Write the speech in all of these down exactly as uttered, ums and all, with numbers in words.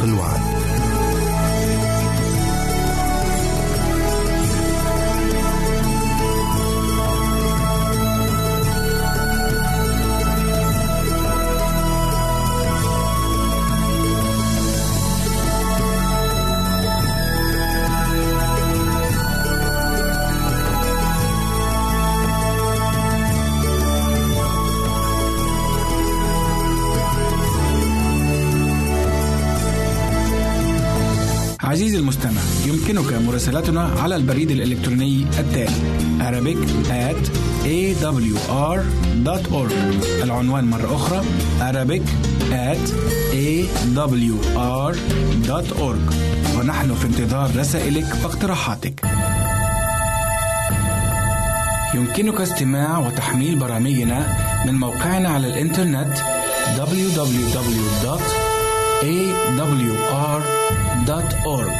الوعد. عزيزي المستمع، يمكنك مراسلتنا على البريد الإلكتروني التالي arabic at a w r dot org. العنوان مرة أخرى arabic at a w r dot org، ونحن في انتظار رسائلك واقتراحاتك. يمكنك استماع وتحميل برامجنا من موقعنا على الإنترنت دبليو دبليو دبليو دوت a w r dot org.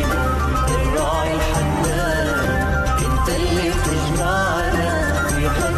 الراعي الحنان انت اللي بتجمعنا في حب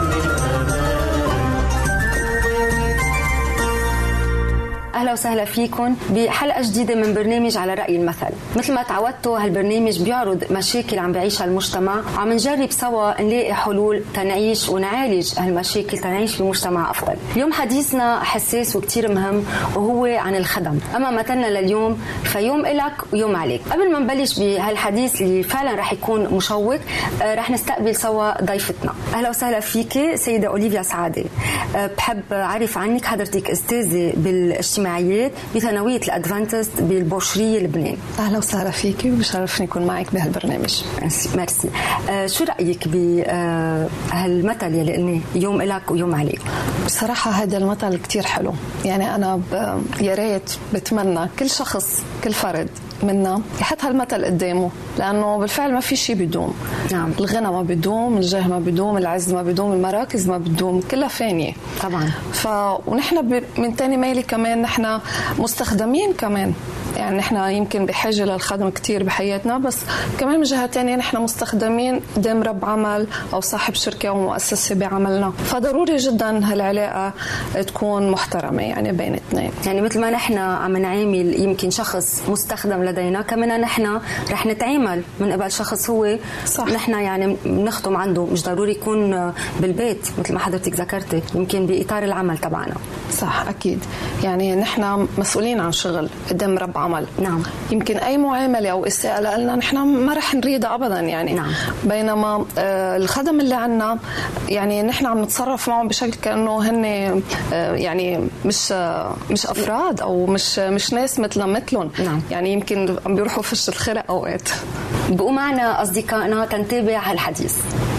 أهلا وسهلا فيكم بحلقة جديدة من برنامج على رأي المثل. مثل ما تعودتوا هالبرنامج بيعرض مشاكل عم بيعيشها المجتمع، وعم نجرب سوا نلاقي حلول تنعيش ونعالج هالمشاكل تنعيش بمجتمع أفضل. اليوم حديثنا حساس وكتير مهم وهو عن الخدم. أما مثلنا لليوم فيوم إلك ويوم عليك. قبل ما نبلش بهالحديث اللي فعلا رح يكون مشوق، رح نستقبل سوا ضيفتنا. أهلا وسهلا فيك سيدة أوليفيا سعادة. بحب أعرف عنك، حضرتك أستاذة بالاجتماعيات بثانوية الأدفانتست بالبوشرية لبنان. أهلا وسهلا فيكي وبشرفني أكون معك بهالبرنامج. ميرسي. آه شو رأيك بهالمثل يلي قلنا يوم إلك ويوم عليك؟ بصراحة هذا المثل كتير حلو، يعني أنا يا ريت بتمنى كل شخص كل فرد منا يحط هالمثل قدامه، لأنه بالفعل ما في شيء بدوم. نعم. الغنى ما بدوم، الجاه ما بدوم، العز ما بدوم، المراكز ما بدوم، كلها فانية طبعا. ف ونحن من تاني ميلي كمان نحن مستخدمين كمان، يعني نحن يمكن بحاجة للخدمة كتير بحياتنا، بس كمان من جهة تانية نحن مستخدمين قدام رب عمل أو صاحب شركة أو مؤسسة بعملنا، فضروري جدا هالعلاقة تكون محترمة يعني بين اثنين. يعني مثل ما نحن عم نعامل يمكن شخص مستخدم لدينا، كمان نحن رح نتعامل من قبل شخص هو صح. نحن يعني بنخدم عنده، مش ضروري يكون بالبيت مثل ما حضرتك ذكرتي، يمكن بإطار العمل تبعنا. صح أكيد، يعني نحن مسؤولين عن شغل قدام رب عمل. نعم. يمكن أي معاملة أو إساءة لنا نحن ما رح نريدها أبدا يعني. نعم. بينما آه الخدم اللي عنا يعني نحن عم نتصرف معهم بشكل كأنه هن آه يعني مش آه مش أفراد أو مش مش ناس مثلنا مثلهم. نعم. يعني يمكن عم بيروحوا فش الخرق أوقات. بقوا معنا أصدقائنا تنتابع هالحديث.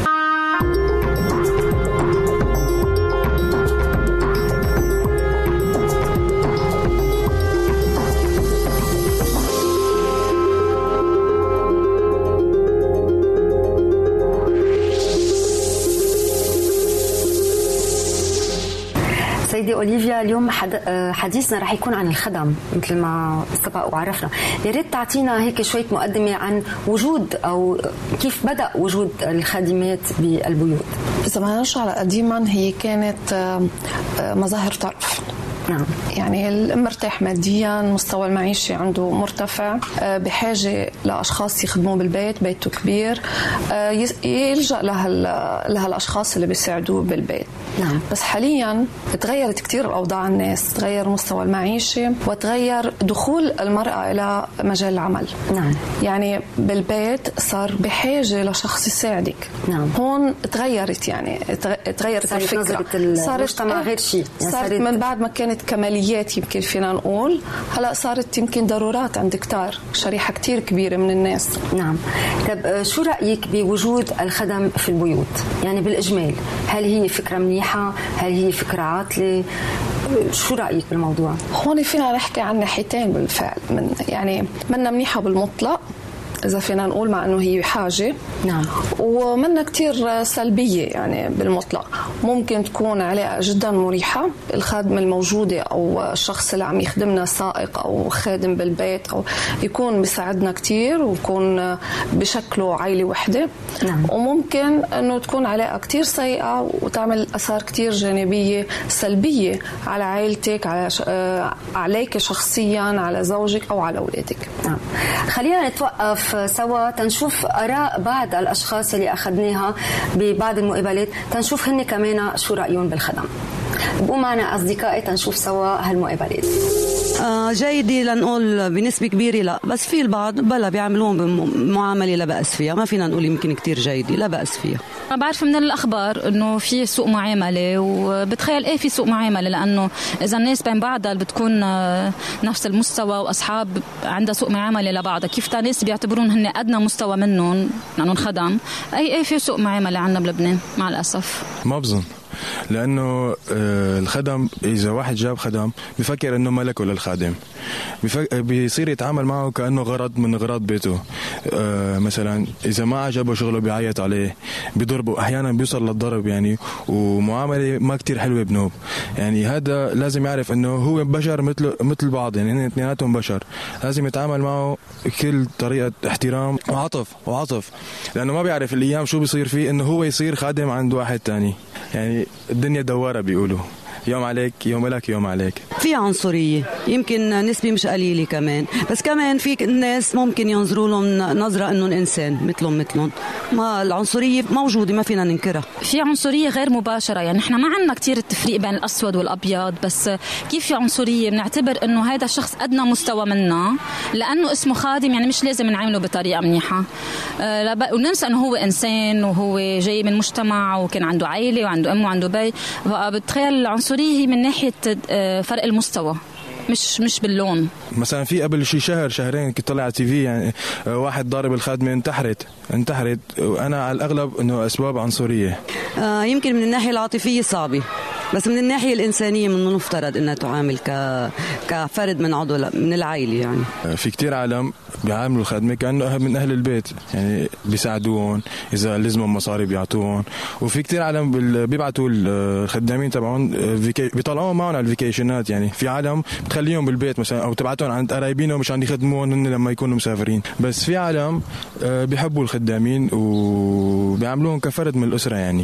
سيدي أوليفيا، اليوم حديثنا رح يكون عن الخدم مثل ما سبق وعرفنا. يا ريت تعطينا هيك شوية مقدمة عن وجود أو كيف بدأ وجود الخادمات بالبيوت. إذا ما نرجع قديما هي كانت مظاهر طرف. نعم. يعني المرتاح ماديا، مستوى المعيشي عنده مرتفع، بحاجة لأشخاص يخدموه بالبيت، بيته كبير، يلجأ لهال لهالأشخاص اللي بيساعدوه بالبيت. نعم. بس حاليا تغيرت كتير أوضاع الناس، تغير مستوى المعيشي وتغير دخول المرأة إلى مجال العمل. نعم. يعني بالبيت صار بحاجة لشخص يساعدك. نعم. هون تغيرت، يعني تغيرت الفكرة، صارت غير شيء، يعني صارت من بعد ما كانت كماليات يمكن فينا نقول، هلا صارت يمكن ضرورات عند كتار شريحة كتير كبيرة من الناس. نعم. طب شو رأيك بوجود الخدم في البيوت؟ يعني بالإجمال، هل هي فكرة منيحة؟ هل هي فكرة عاطلة؟ شو رأيك بالموضوع؟ هون فينا نحكي عن ناحيتين بالفعل، من يعني منا منيحة بالمطلق إذا فينا نقول، مع أنه هي حاجة. نعم. ومنا كتير سلبية يعني بالمطلق. ممكن تكون علاقة جدا مريحة، الخادمة الموجودة أو الشخص اللي عم يخدمنا سائق أو خادم بالبيت أو يكون بيساعدنا كتير ويكون بشكله عائلة وحدة. نعم. وممكن أنه تكون علاقة كتير سيئة وتعمل أثار كتير جانبية سلبية على عائلتك، على ش... عليك شخصيا، على زوجك أو على أولادك. نعم. خلينا نتوقف سوا تنشوف آراء بعض الأشخاص اللي أخذناها ببعض المقابلات، تنشوف هن كمان شو رأيهم بالخدم. بقوا معنا أصدقائي تنشوف سوا هالمقابلات. آه جيدة لنقول بنسبة كبيرة لا، بس في البعض بلا بيعملون بمعاملة لا بأس فيها، ما فينا نقول يمكن كتير جيدة، لا بأس فيها. أنا بعرف من الأخبار إنه في سوء معاملة، وبتخيل إيه في سوء معاملة، لأنه إذا الناس بين بعضها بتكون نفس المستوى وأصحاب عندها سوء معاملة لبعضها، كيف تا ناس بيعتبرون هن أدنى مستوى منهم لأنهم خدم، أي إيه في سوء معاملة عنا بلبنان مع الأسف. ما بظن، لأنه الخدم إذا واحد جاب خدم بفكر إنه ملكه للخادم، بيصير يتعامل معه كأنه غرض من غراض بيته. مثلا إذا ما عجبه شغله بيعيط عليه، بيضربه، أحيانا بيوصل للضرب يعني، ومعاملة ما كتير حلوة بنوب. يعني هذا لازم يعرف إنه هو بشر مثل مثل بعض، يعني هن اثنيناتهم بشر، لازم يتعامل معه كل طريقة احترام وعطف وعطف، لأنه ما بيعرف الأيام شو بيصير فيه إنه هو يصير خادم عند واحد تاني. يعني الدنيا دوارة بيقولوا، يوم عليك يوم لك يوم عليك. في عنصرية يمكن نسبة مش قليلة كمان، بس كمان في ناس ممكن ينظروا لهم نظرة إنه الإنسان مثلهم مثلهم. ما العنصرية موجودة ما فينا ننكرها. في عنصرية غير مباشرة، يعني إحنا ما عندنا كتير التفريق بين الأسود والأبيض، بس كيف في عنصرية بنعتبر إنه هذا الشخص أدنى مستوى منا لأنه اسمه خادم، يعني مش لازم نعامله بطريقة منيحة، أه وننسى إنه هو إنسان وهو جاي من مجتمع وكان عنده عائلة وعنده أم وعنده بي. بتخيل العنصرية هي من ناحية فرق المستوى مش مش باللون. مثلا في قبل شي شهر شهرين كنت طلع على تي في يعني واحد ضارب الخادمة انتحرت انتحرت وأنا على الأغلب إنه أسباب عنصرية. آه يمكن من الناحية العاطفية صعبة، بس من الناحية الإنسانية من المفترض إنها تعامل ك كفرد من عضو من العائلة. يعني في كتير عالم بيعاملوا الخادمة كأنه من أهل البيت، يعني بيساعدون إذا لازمهم مصاري بيعطوهم، وفي كتير عالم بيبعتوا الخدامين تبعهم بيطلعوهم معهم على الفيكيشنات. يعني في عالم بتخليهم بالبيت مثلا أو تبعتهم عند قرايبينهم مشان يخدموهم لما يكونوا مسافرين، بس في عالم بيحبوا الخدامين وبيعاملوهم كفرد من الأسرة، يعني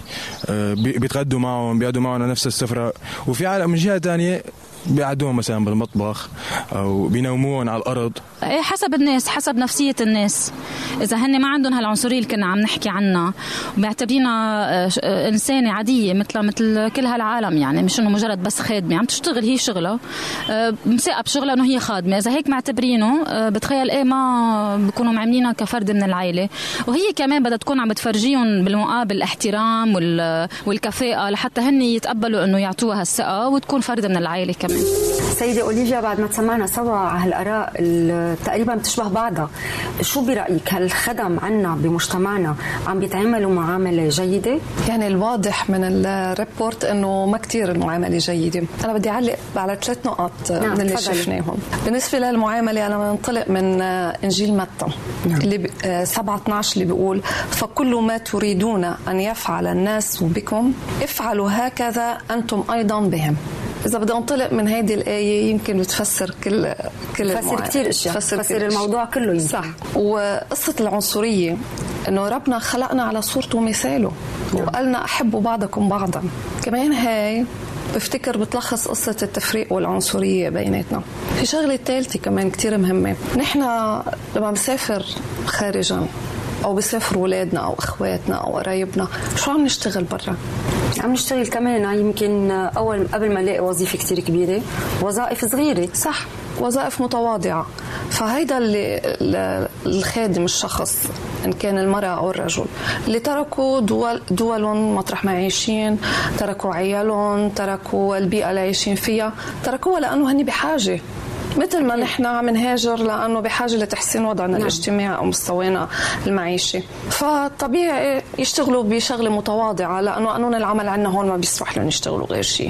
بيتغدوا معهم بيقعدوا معهم على نفس السفرة. وفي عالم من جهة تانية بيقعدوهم مثلا بالمطبخ أو بينوموهم على الأرض. إيه حسب الناس، حسب نفسية الناس. إذا هن ما عندهم هالعنصرية اللي كنا عم نحكي عنها وبيعتبرينها إنسانة عادية مثل مثل كل هالعالم، يعني مش إنه مجرد بس خادمة عم تشتغل هي شغلة مساقة بشغلة إنه هي خادمة، إذا هيك معتبرينه بتخيل إيه ما بيكونوا معاملينها كفرد من العائلة. وهي كمان بدها تكون عم بتفرجيهم بالمقابل الاحترام والكفاءة لحتى هن يتقبلوا إنه يعطوها الثقة وتكون فرد من العائلة كمان. سيدة أوليفيا، بعد ما تسمعنا سوا على هالآراء تقريبا بتشبه بعضها، شو برأيك هل الخدم عنا بمجتمعنا عم بيتعاملوا معاملة جيدة؟ يعني الواضح من الريبورت إنه ما كتير المعاملة جيدة. أنا بدي أعلق على ثلاث نقاط نعم. من اللي شفناهم. بالنسبة للمعاملة أنا منطلق من إنجيل متى نعم. اللي سبعة اثناشر اللي بيقول فكل ما تريدون أن يفعل الناس بكم افعلوا هكذا أنتم أيضا بهم. إذا بدي أنطلق من هذه الآية يمكن بتفسر كل كل تفسر كتير أشياء، تفسر الموضوع كله يمكن. صح. وقصة العنصرية إنه ربنا خلقنا على صورته ومثاله نعم. وقالنا أحبوا بعضكم بعضا. كمان هاي بفتكر بتلخص قصة التفريق والعنصرية بيناتنا. في شغلة ثالثة كمان كتير مهمة، نحن لما بنسافر خارجا أو بيسافروا ولادنا أو أخواتنا أو قرايبنا شو عم نشتغل برا؟ عم نشتغل كمان يمكن أول قبل ما نلاقي وظيفة كتير كبيرة وظائف صغيرة صح، وظائف متواضعة. فهيدا اللي الخادم الشخص إن كان المرأة أو الرجل اللي تركوا دول دولهم مطرح ما عايشين، تركوا عيالهم، تركوا البيئة اللي عايشين فيها، تركوها لأنه هني بحاجة مثل ما نحن عم نهاجر لأنه بحاجة لتحسين وضعنا نعم. الاجتماعي أو مستوانا المعيشي. فطبيعي يشتغلوا بشغلة متواضعة لأنه قانون العمل عنا هون ما بيسمح لهم يشتغلوا غير شيء.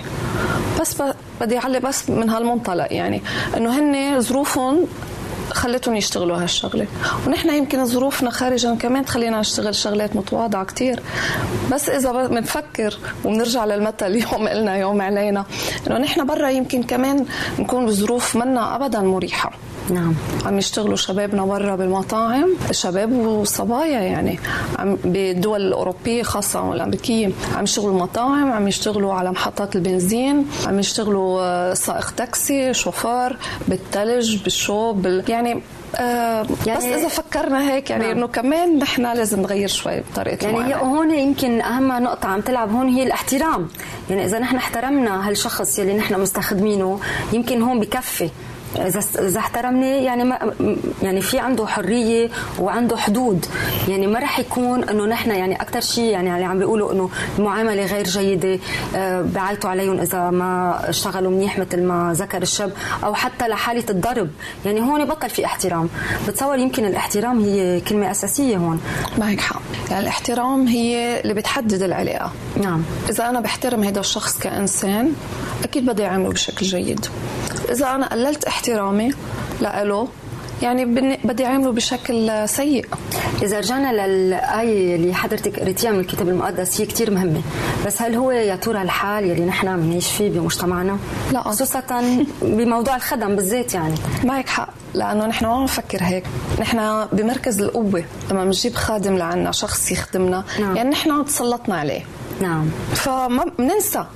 بس بدي أعلق بس من هالمنطلق يعني إنه هن ظروفهم خلتهم يشتغلوا هالشغلة، ونحن يمكن ظروفنا خارجا كمان تخلينا نشتغل شغلات متواضعة كتير. بس إذا بنفكر وبنرجع للمثل اليوم قلنا يوم علينا إنه نحن برا يمكن كمان نكون بظروف منا أبدا مريحة. نعم. عم يشتغلوا شبابنا برا بالمطاعم، الشباب والصبايا يعني عم بالدول الأوروبية خاصة والأمريكية عم يشتغلوا مطاعم، عم يشتغلوا على محطات البنزين، عم يشتغلوا سائق تاكسي، شوفار، بالثلج، بالشوب بال... يعني آه يعني بس إذا فكرنا هيك يعني نعم. إنه كمان نحن لازم نغير شوي بطريقة يعني هي هون يمكن أهم نقطة عم تلعب هون هي الاحترام. يعني إذا نحن احترمنا هالشخص يلي نحن مستخدمينه يمكن هون بكفي. إذا إذا احترمني يعني ما يعني في عنده حرية وعنده حدود، يعني ما رح يكون إنه نحن يعني أكتر شيء يعني اللي عم بيقولوا إنه المعاملة غير جيدة، بعيطوا عليهم إذا ما اشتغلوا منيح مثل ما ذكر الشاب، أو حتى لحالة الضرب. يعني هون بطل في احترام. بتصور يمكن الاحترام هي كلمة أساسية هون. ما هيك حق، يعني الاحترام هي اللي بتحدد العلاقة. نعم. إذا أنا بحترم هذا الشخص كإنسان أكيد بدي أعمله بشكل جيد. إذا أنا قللت احترامي لأله يعني بدي أعمله بشكل سيء. إذا رجعنا للآية اللي حضرتك قريتيها من الكتاب المقدس هي كتير مهمة، بس هل هو يا ترى الحال يلي نحن بنعيش فيه بمجتمعنا؟ لا، خصوصا بموضوع الخدم بالذات. يعني ما هيك حق، لأنه نحن ما نفكر هيك. نحن بمركز القوة لما بنجيب خادم لعنا شخص يخدمنا نعم. يعني نحن تسلطنا عليه. نعم. فما بننسى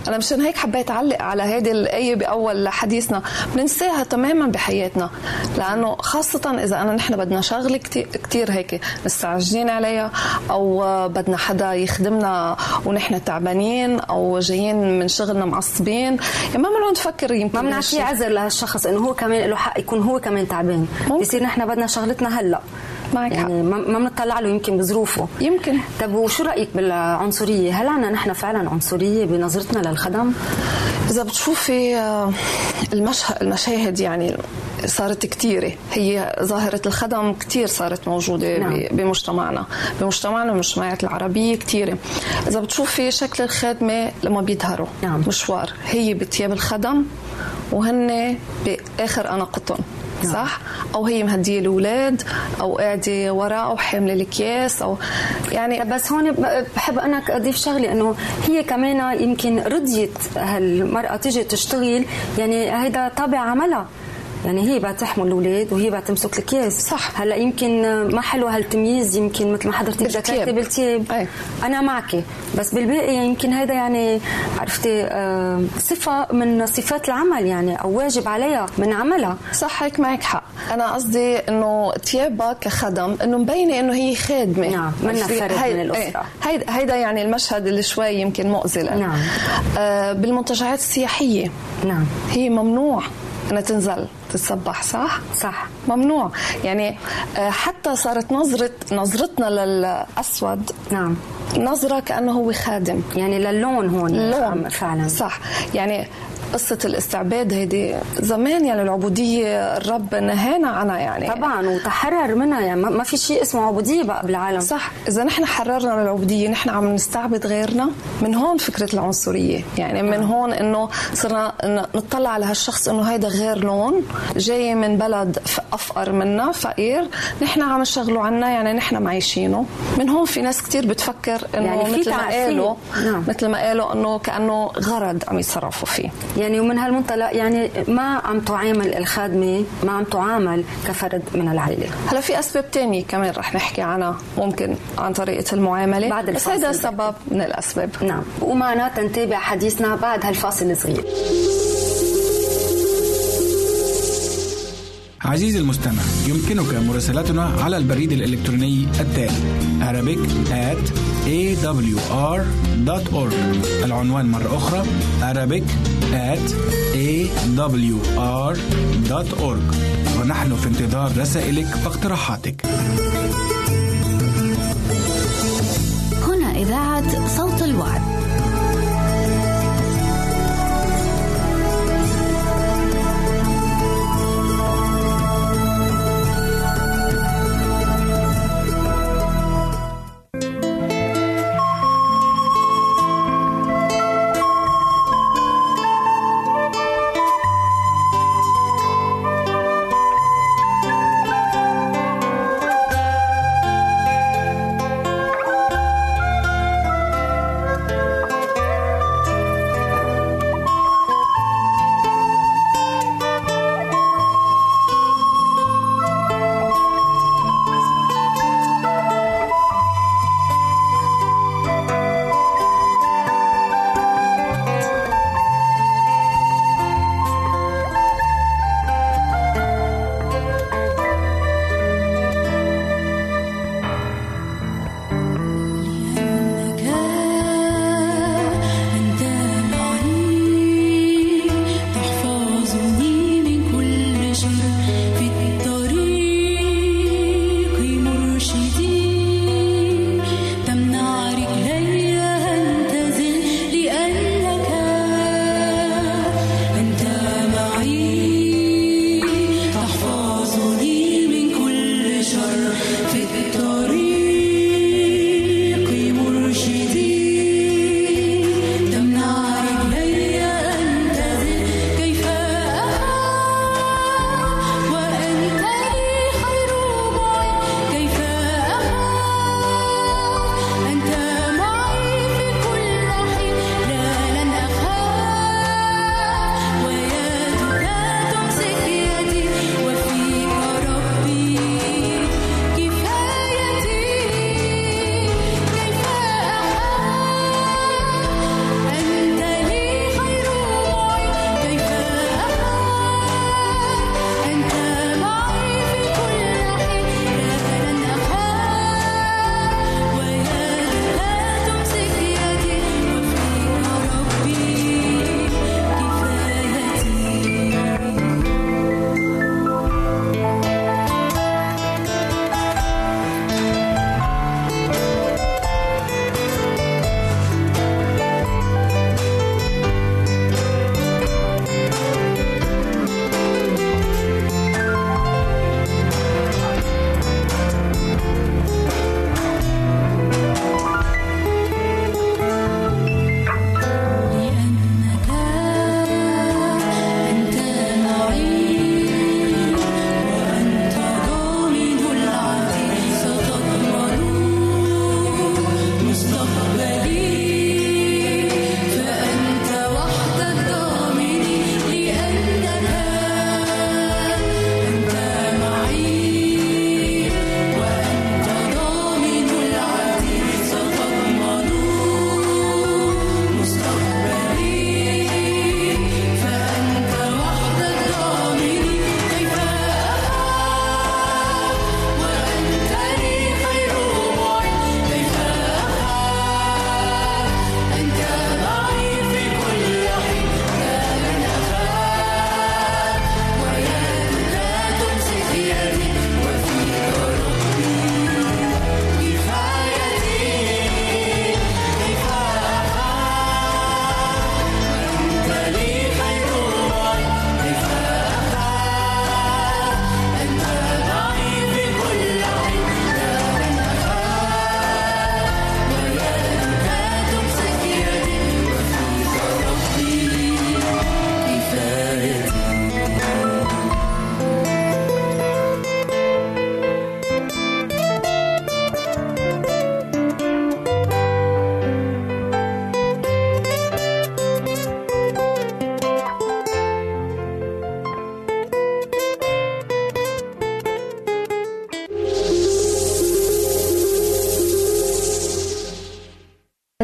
أنا مشان هيك حبيت أعلق على هذه الآية بأول حديثنا. بننساها تماما بحياتنا، لأنه خاصة إذا أنا نحن بدنا شغلة كتير هيك مستعجلين عليها، أو بدنا حدا يخدمنا ونحن تعبانين، أو جايين من شغلنا معصبين، يعني ما بنقعد نفكر يمكن ما بنعطيه عذر لهالشخص إنه هو كمان له حق يكون هو كمان تعبان. بيصير نحن بدنا شغلتنا هلا معك يعني حق. ما بنطلع له يمكن بظروفه يمكن. طب وشو رأيك بالعنصرية؟ هل عنا نحن فعلا عنصرية بنظرتنا للخدم؟ إذا بتشوفي المشهد المشاهد يعني صارت كتيرة، هي ظاهرة الخدم كتير صارت موجودة نعم. بمجتمعنا بمجتمعنا المجتمعات العربية كتيرة. إذا بتشوفي شكل الخادمة لما بيظهروا نعم. مشوار هي بتياب الخدم وهن بآخر أناقتهم نعم. صح؟ أو هي مهدية الأولاد، أو قاعدة وراء، أو حاملة الأكياس، أو يعني. بس هون بحب أنا أضيف شغلة إنه هي كمان يمكن رضيت هالمرأة تيجي تشتغل، يعني هيدا طابع عملها، يعني هي بتحمل الأولاد وهي بتمسك الأكياس صح. هلا يمكن ما حلو هالتمييز، يمكن مثل ما حضرتك ذكرتي بالتياب أي. أنا معك، بس بالباقي يمكن هذا يعني عرفتي آه صفة من صفات العمل، يعني أو واجب عليها من عملها. صح هيك معك حق. أنا قصدي إنه تيابها كخدم إنه مبينة إنه هي خادمة نعم منها فرد من الأسرة. هيدا هيدا يعني المشهد اللي شوي يمكن مؤذي نعم. آه بالمنتجعات السياحية نعم هي ممنوع أنا تنزل تتصبح صح؟ صح ممنوع. يعني حتى صارت نظرة نظرتنا للأسود نعم نظرة كأنه هو خادم، يعني للون هون اللون فعلا صح. يعني قصة الاستعباد هيدي زمان، يعني العبودية الرب نهانا عنها يعني طبعا وتحرر منها، يعني ما في شيء اسمه عبودية بقى بالعالم. صح. إذا نحن حررنا من العبودية نحن عم نستعبد غيرنا. من هون فكرة العنصرية، يعني من هون إنه صرنا نطلع على هالشخص إنه هيدا غير لون، جاي من بلد أفقر منا، فقير، نحن عم نشغله عنا، يعني نحن معيشينه. من هون في ناس كتير بتفكر إنه يعني مثل ما قالوا نعم. مثل ما قالوا إنه كأنه غرض عم يتصرفوا فيه، يعني ومن هالمنطلق يعني ما عم تعامل الخادمة، ما عم تعامل كفرد من العائلة. هلا في أسباب تانية كمان رح نحكي عنها ممكن عن طريقة المعاملة بعد بس هذا سبب من الأسباب. نعم. ومعنا تنتابع حديثنا بعد هالفاصل الصغير. عزيزي المستمع، يمكنك مراسلتنا على البريد الإلكتروني التالي arabic at a w r dot org. العنوان مرة أخرى arabic at a w r dot org، ونحن في انتظار رسائلك واقتراحاتك. هنا إذاعة صوت الوعد.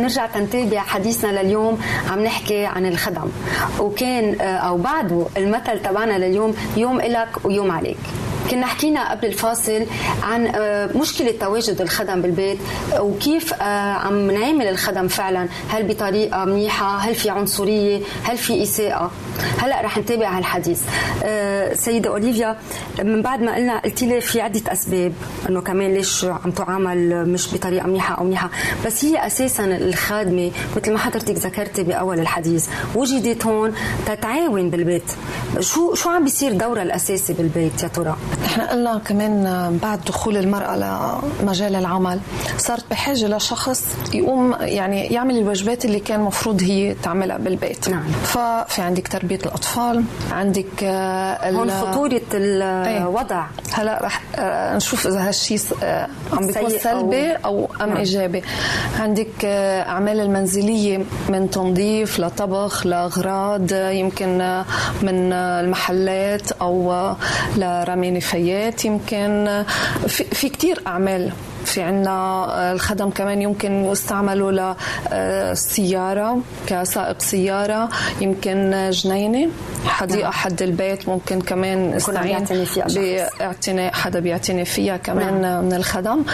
نرجع تنتابع حديثنا لليوم. عم نحكي عن الخدم، وكان أو بعده المثل تبعنا لليوم يوم إلك ويوم عليك. كنا حكينا قبل الفاصل عن مشكلة تواجد الخدم بالبيت وكيف عم نعمل الخدم فعلا، هل بطريقة منيحة، هل في عنصرية، هل في إساءة. هلأ رح نتابع هالحديث. سيدة أوليفيا، من بعد ما قلنا قلتي لي في عدة أسباب أنه كمان ليش عم تعامل مش بطريقة منيحة أو منيحة، بس هي أساسا الخادمة مثل ما حضرتك ذكرتي بأول الحديث وجدت هون تتعاون بالبيت. شو شو عم بيصير دورها الأساسي بالبيت يا ترى؟ احنا قلنا كمان بعد دخول المرأة لمجال العمل صارت بحاجة لشخص يقوم يعني يعمل الواجبات اللي كان مفروض هي تعملها بالبيت. نعم. ففي عندك تربية الأطفال، عندك هون خطورة الوضع. هلا رح نشوف إذا هالشيء عم بيكون سلبي أو أم نعم. إيجابي. عندك أعمال المنزلية من تنظيف لطبخ لأغراض يمكن من المحلات أو لرمي نفايات، يمكن في, في كتير أعمال. في عنا الخدم كمان يمكن يستعملوا للسيارة كسائق سيارة، يمكن جنينة حديقة حد البيت ممكن كمان استعين باعتناء حدا بيعتني فيها كمان نعم. من الخدم.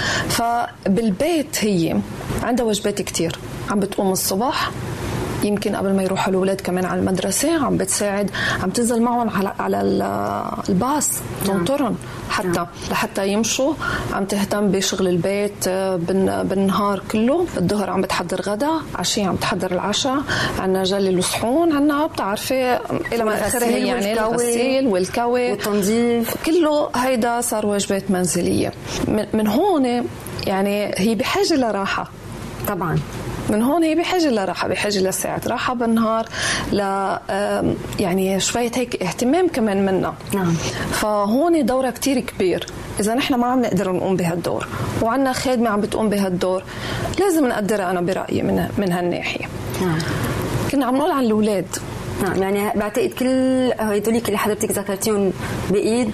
فبالبيت هي عندها واجبات كتير، عم بتقوم الصبح يمكن قبل ما يروحوا الأولاد كمان على المدرسة، عم بتساعد، عم تنزل معهم على على الباص تنطرن حتى لحتى يمشوا، عم تهتم بشغل البيت بالنهار كله. الظهر عم بتحضر غدا، عشية عم تحضر العشاء، عنا جلي الصحون، عنا بتعرفي إلى ما آخره يعني الغسيل والكوي والتنظيف، كله هيدا صار واجبات منزلية. من هون يعني هي بحاجة لراحة طبعا. من هون هي بحاجة لراحة، بحاجة لساعة راحة بالنهار، ل يعني شوية هيك اهتمام كمان منا. نعم. فهون دورها كتير كبير. إذا نحن ما عم نقدر نقوم بهالدور وعنا خادمة عم بتقوم بهالدور لازم نقدرها أنا برأيي من من هالناحية. نعم. كنا عم نقول عن الأولاد. نعم. يعني بعتقد كل هيدوليك اللي حضرتك ذكرتيهم بإيد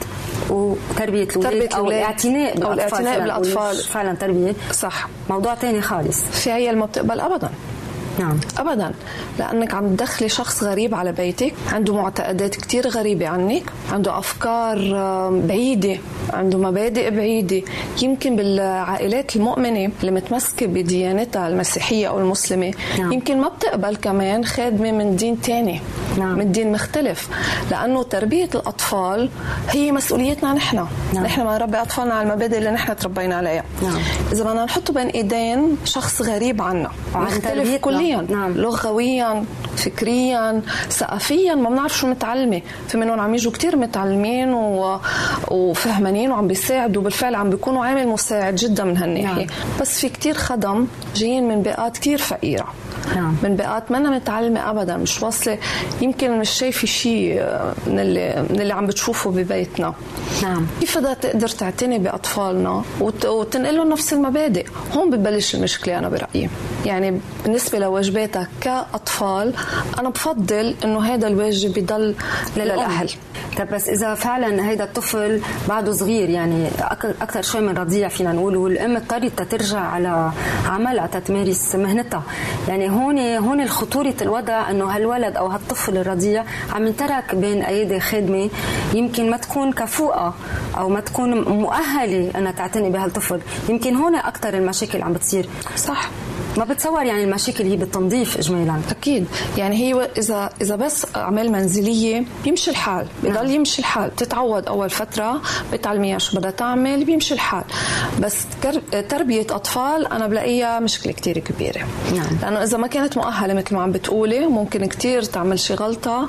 وتربية الأولاد أو الاعتناء بالأطفال, أو الاعتناء بالأطفال فعلا تربية صح. موضوع تاني خالص. في عيال ما بتقبل أبدا. نعم. أبدا، لأنك عم تدخلي شخص غريب على بيتك، عنده معتقدات كتير غريبة عنك، عنده أفكار بعيدة، عنده مبادئ بعيدة. يمكن بالعائلات المؤمنة اللي متمسكة بديانتها المسيحية أو المسلمة نعم. يمكن ما بتقبل كمان خادمة من دين تاني نعم. من دين مختلف، لأنه تربية الأطفال هي مسؤوليتنا نحن. نعم. نحن ما نربي أطفالنا على المبادئ اللي نحن تربينا عليها. نعم. إذا بدنا نحطه بين إيدين شخص غريب عنا مختلف كليا نعم. لغويا، فكريا، ثقافيا، ما بنعرف شو متعلمة. في منهم عم يجوا كتير متعلمين و... وفهمانين وعم بيساعدوا، بالفعل عم بيكونوا عامل مساعد جدا من هالناحية. نعم. بس في كتير خدم جايين من بيئات كتير فقيرة. نعم. من بيئات ما متعلمة أبدا، مش واصلة، يمكن مش شايفة شيء من اللي, من اللي عم بتشوفه ببيتنا. نعم. كيف بدها تقدر تعتني بأطفالنا وت... وتنقلهم نفس المبادئ؟ هون ببلش المشكلة أنا برأيي. يعني بالنسبة لواجباتك كأطفال أنا بفضل إنه هذا الواجب يضل للأهل. طب بس إذا فعلا هيدا الطفل بعده صغير، يعني أكثر شوي من رضيع فينا نقول، والأم اضطرت ترجع على عملها تتمارس مهنتها، يعني هون هون الخطورة الوضع إنه هالولد أو هالطفل الرضيع عم ينترك بين أيدي خادمة يمكن ما تكون كفؤة أو ما تكون مؤهلة أنها تعتني بهالطفل. يمكن هون أكثر المشاكل عم بتصير. صح. ما بتصور يعني المشاكل هي بالتنظيف إجمالا. أكيد. يعني هي إذا إذا بس أعمال منزلية بيمشي الحال، بضل نعم. يمشي الحال، تتعود أول فترة بتعلميها شو بدها تعمل بيمشي الحال. بس تربية أطفال أنا بلاقيها مشكلة كتير كبيرة. نعم. لأنه إذا ما كانت مؤهلة مثل ما عم بتقولي ممكن كتير تعمل شي غلطة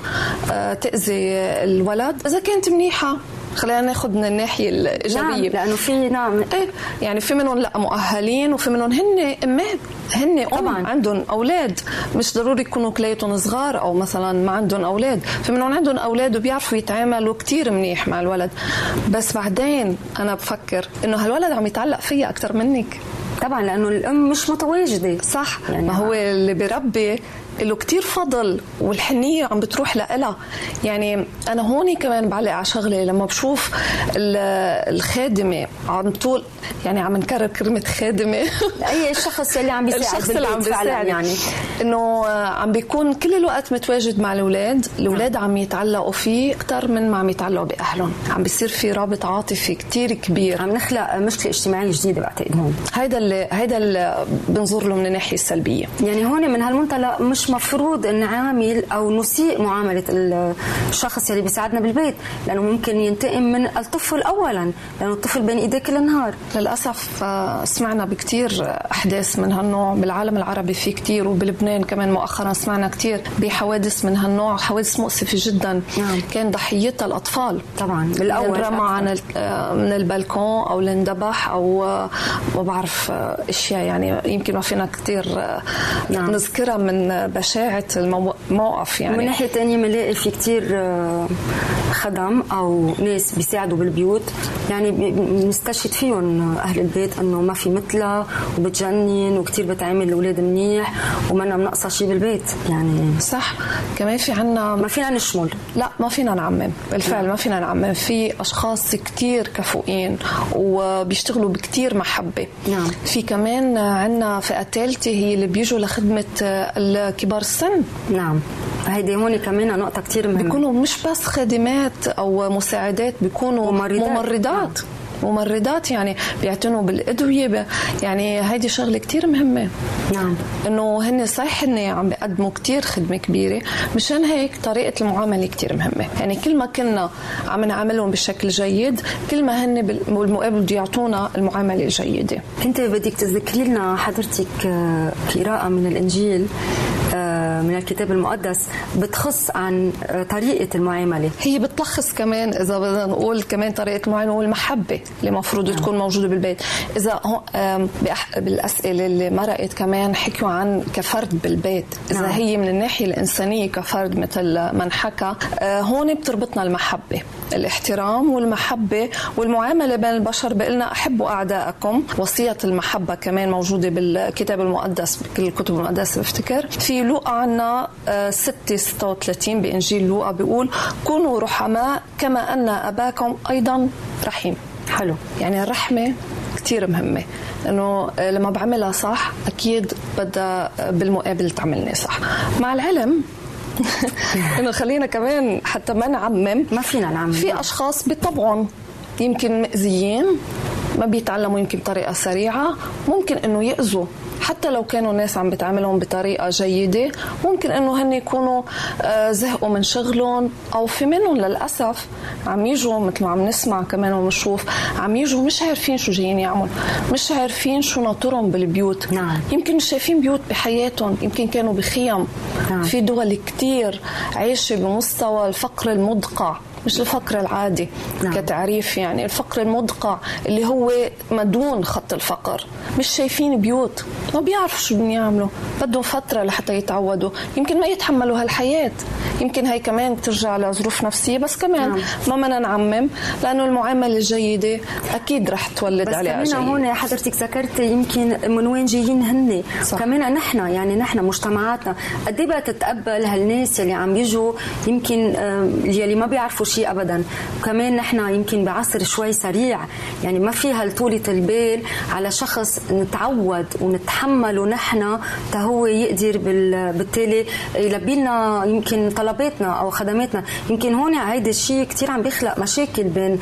تأذي الولد. إذا كانت منيحة خلينا ناخذ من الناحية الإيجابية. نعم. لأنه في نعم إيه يعني في منهم لا مؤهلين وفي منهم هن أمات، هن أم طبعاً. عندهم أولاد، مش ضروري يكونوا كليتهم صغار أو مثلا ما عندهم أولاد. في منهم عندهم أولاد وبيعرفوا يتعاملوا كتير منيح مع الولد، بس بعدين أنا بفكر إنه هالولد عم يتعلق فيها أكتر منك. طبعا لأنه الأم مش متواجدة. صح. يعني ما هو اللي بيربي له كتير فضل والحنية عم بتروح لها. يعني أنا هوني كمان بعلق على شغلة لما بشوف الخادمة عم طول يعني عم نكرر كلمة خادمة أي الشخص اللي عم بيساعد الشخص اللي عم بيساعد يعني إنه عم بيكون كل الوقت متواجد مع الأولاد. الأولاد عم يتعلقوا فيه أكتر من ما عم يتعلقوا بأهلهم. عم بيصير في رابط عاطفي كتير كبير. عم نخلق مشكلة اجتماعية جديدة بعتقد هون. هيدا اللي هيدا اللي بنظر له من الناحية السلبية. يعني هون من هالمنطلق مش مفروض نعامل أو نسيء معاملة الشخص اللي بيساعدنا بالبيت، لأنه ممكن ينتقم من الطفل أولا، لأنه الطفل بين إيديه كل النهار. للأسف سمعنا بكتير أحداث من هالنوع بالعالم العربي، في كتير، وبلبنان كمان مؤخرا سمعنا كتير بحوادث من هالنوع، حوادث مؤسفة جدا. نعم. كان ضحيتها الأطفال طبعا بالأول، رمى عن من البلكون أو لندبح أو ما بعرف أشياء يعني يمكن ما فينا كتير نعم. نذكرها من بشاعة الموقف. يعني من ناحية تانية بنلاقي في كتير خدم أو ناس بيساعدوا بالبيوت، يعني بنستشهد فيهم أهل البيت أنه ما في مثلها وبتجنن وكتير بتعامل الأولاد منيح ومنا منقصة شيء بالبيت. يعني صح. كمان في عنا ما فينا نشمل، لا ما فينا نعمم بالفعل. نعم. ما فينا نعمم. في أشخاص كتير كفؤين وبيشتغلوا بكتير محبة. نعم. في كمان عنا فئة ثالثة هي اللي بيجوا لخدمة الكبار السن. نعم. هيدي هون كمان نقطة كتير مهمة. بيكونوا مش بس خادمات أو مساعدات، بيكونوا ممرضات, ممرضات. ممرضات يعني بيعتنوا بالأدوية. يعني هيدي شغلة كتير مهمة. نعم. إنه هن صحيح إن عم بيقدموا كتير خدمة كبيرة، مشان هيك طريقة المعاملة كتير مهمة. يعني كل ما كنا عم نعاملهم بشكل جيد، كل ما هن بالمقابل بده يعطونا المعاملة الجيدة. أنت بدك تذكري لنا حضرتك قراءة من الإنجيل من الكتاب المقدس بتخص عن طريقة المعاملة. هي بتلخص كمان إذا بدنا نقول كمان طريقة المعاملة والمحبة اللي مفروض نعم. تكون موجودة بالبيت. إذا بالأسئلة اللي مرقت كمان حكوا عن كفرد بالبيت، إذا نعم. هي من الناحية الإنسانية كفرد مثل من حكى هون بتربطنا المحبة، الاحترام والمحبة والمعاملة بين البشر. بقلنا أحبوا أعداءكم، وصية المحبة كمان موجودة بالكتاب المقدس، بكل الكتب المقدسة بفتكر. في لوقا عنا ستة ستة وثلاثين بإنجيل لوقا بيقول كونوا رحماء كما أن أباكم أيضا رحيم. حلو. يعني الرحمة كتير مهمة، إنه لما بعملها صح أكيد بدها بالمقابل تعملني صح. مع العلم إنه خلينا كمان حتى ما نعمم، ما فينا نعمم. في أشخاص بطبعهم يمكن مأذيين، ما بيتعلموا يمكن بطريقة سريعة، ممكن إنه يأذوا حتى لو كانوا الناس عم بتعاملهم بطريقة جيدة. ممكن إنه هن يكونوا زهقوا من شغلهم، أو في منهم للأسف عم يجوا مثل ما عم نسمع كمان ونشوف، عم يجوا مش عارفين شو جايين يعمل، مش عارفين شو ناطرهم بالبيوت. نعم. يمكن مش شايفين بيوت بحياتهم، يمكن كانوا بخيم. نعم. في دول كتير عايشة بمستوى الفقر المدقع، مش الفقر العادي. نعم. كتعريف يعني الفقر المدقع اللي هو مدون خط الفقر، مش شايفين بيوت، ما بيعرفوا شو بدهم يعملوا، بدهم فترة لحتى يتعودوا، يمكن ما يتحملوا هالحياة. يمكن هاي كمان ترجع لظروف نفسية، بس كمان نعم. ما بدنا نعمم، لأنه المعاملة الجيدة أكيد رح تولد عليها جيد. بس كمان هون حضرتك ذكرتي يمكن من وين جايين هن. صح. كمان نحن يعني نحن مجتمعاتنا قد ايه بتتقبل هالناس اللي عم يجوا يمكن يلي ما بيعرفوا شيء أبدا. وكمان نحن يمكن بعصر شوي سريع، يعني ما فيها طولة البال على شخص نتعود ونتحمل ونحن تهو يقدر بالتالي يلبي لنا يمكن طلباتنا أو خدماتنا. يمكن هون هيدا الشيء كتير عم بيخلق مشاكل بين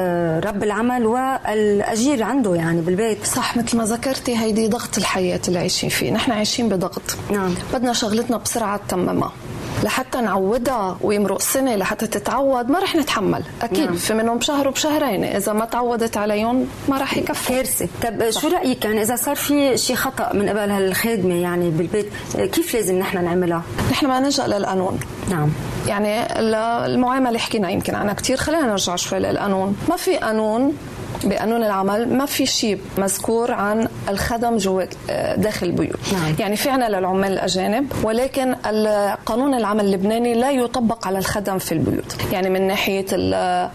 رب العمل والأجير عنده يعني بالبيت. صح، مثل ما ذكرتي هيدي ضغط الحياة اللي عايشين فيه. نحن عايشين بضغط. نعم. بدنا شغلتنا بسرعة تمامها، لحتى نعودها ويمرق سنة لحتى تتعود ما رح نتحمل أكيد. نعم. في منهم شهر وبشهرين، إذا ما تعودت عليهم ما رح يكفي. كارثة. طب صح. شو رأيك يعني إذا صار في شيء خطأ من قبل هالخادمة يعني بالبيت، كيف لازم نحن نعملها؟ نحن ما نلجأ للقانون. نعم. يعني المعاملة حكينا يمكن عنها كتير، خلينا نرجع شوي للقانون. ما في قانون بقانون العمل، ما في شيء مذكور عن الخدم جوا داخل البيوت. نعم. يعني في عنا للعمال الأجانب، ولكن قانون العمل اللبناني لا يطبق على الخدم في البيوت. يعني من ناحية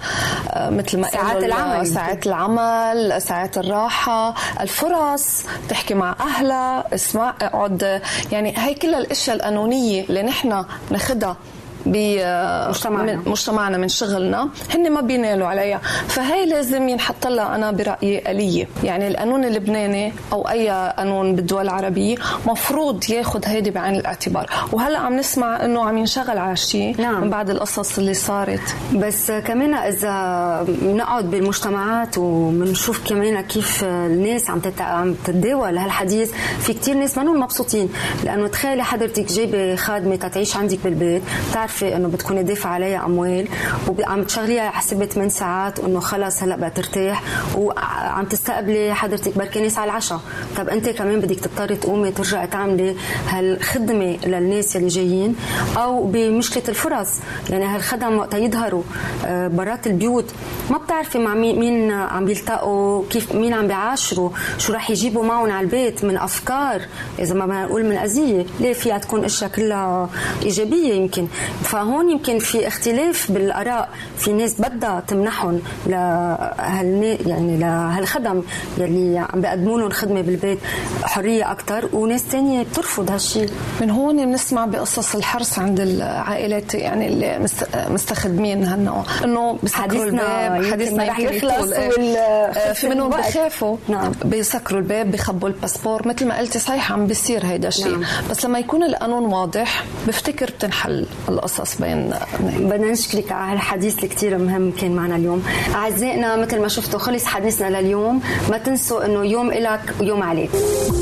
مثل ما ساعات العمل ساعات العمل ساعات الراحة الفرص تحكي مع أهلها اسمع اقعد يعني هاي كل الأشياء القانونية اللي نحن ناخدها بمجتمعنا مجتمعنا من شغلنا هن ما بينالوا عليها فهي لازم ينحط لها أنا برأيي آلية يعني القانون اللبناني أو أي قانون بالدول العربية مفروض ياخد هيدي بعين الاعتبار وهلأ عم نسمع أنه عم ينشغل على شيء نعم. من بعد القصص اللي صارت بس كمان إذا نقعد بالمجتمعات ومنشوف كمان كيف الناس عم عم تتداول هالحديث في كتير ناس ما نون مبسوطين لأنه تخيلي حضرتك جايبة خادمة تتعيش عندك بالبيت تعرفي انه بتكوني دافعه عليها اموال وعم تشغليها حسب ثمان ساعات وانه خلص هلا بقى ترتاح وعم تستقبلي حضرتك بركي ناس على العشاء طب انت كمان بدك تضطري تقومي ترجعي تعملي هالخدمه للناس اللي جايين او بمشكله الفرص يعني هالخدم وقت يظهروا برات البيوت ما بتعرفي مع مين, مين عم بيلتقوا كيف مين عم بيعاشروا شو راح يجيبوا معهم على البيت من افكار اذا ما بنقول من اذيه ليه فيها تكون اشياء كلها ايجابيه يمكن فهون يمكن في اختلاف بالآراء في ناس بدها تمنحهم لهال يعني لهالخدم يلي عم بيقدموا لهم خدمه بالبيت حريه اكثر وناس ثانيه بترفض هالشيء من هون بنسمع بقصص الحرص عند العائلات يعني اللي مستخدمين هالنوع انه بيسكروا الباب حديثنا رح يخلص في منهم بخافوا نعم. بيسكروا الباب بيخبوا الباسبور مثل ما قلتي صحيح عم بيصير هيدا الشيء نعم. بس لما يكون القانون واضح بفتكر بتنحل القصص بين بدنا نشكرك على هالحديث اللي كتير مهم كان معنا اليوم أعزائنا مثل ما شفتوا خلص حديثنا لليوم ما تنسوا انه يوم إلك ويوم عليك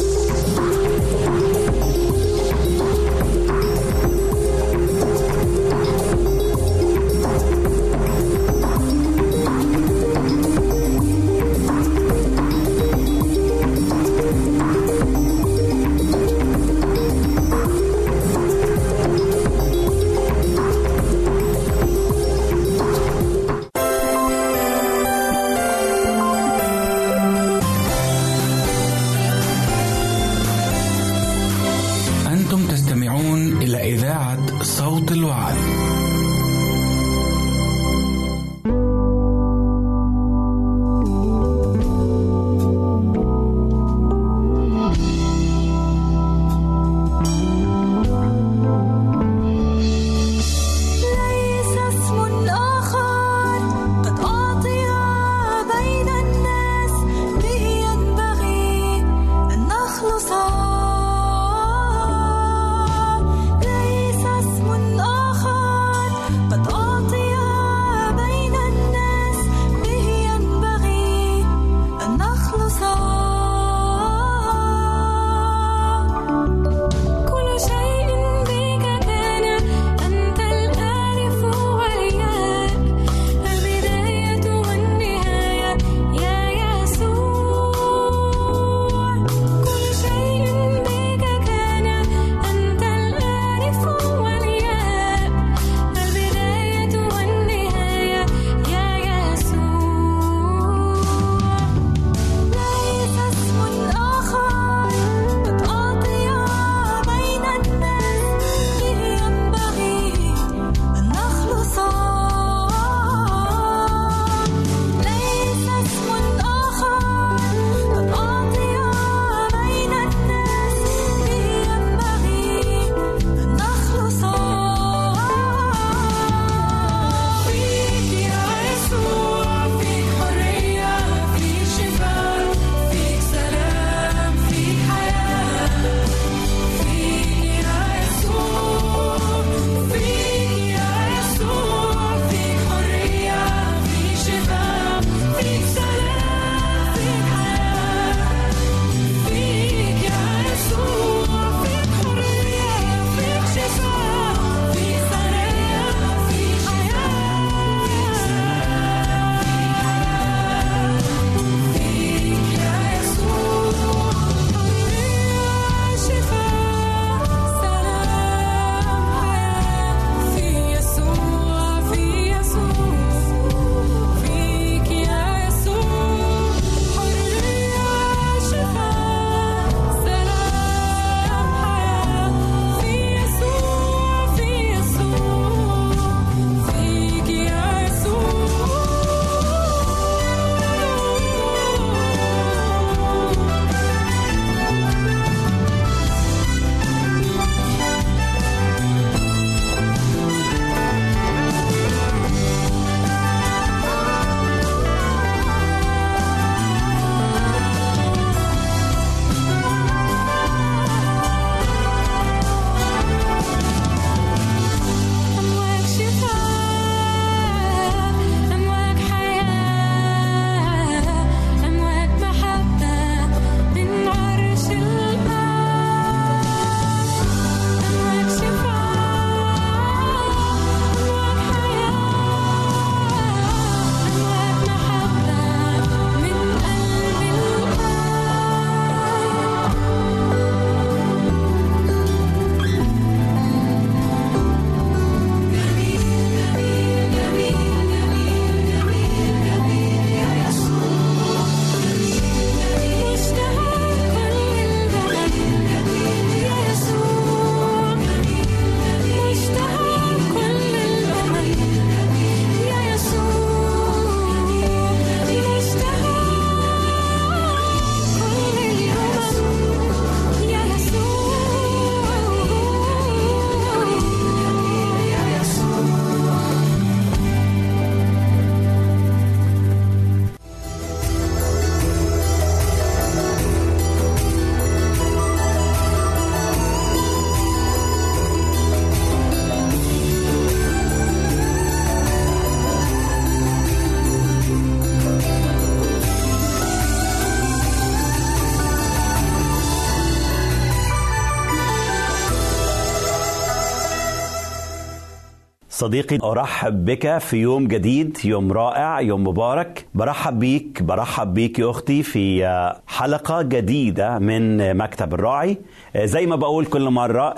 صوت الوعد. ليس اسم آخر صديقي، أرحب بك في يوم جديد، يوم رائع، يوم مبارك. برحب بيك برحب بيك يا أختي في حلقة جديدة من مكتب الراعي. زي ما بقول كل مرة،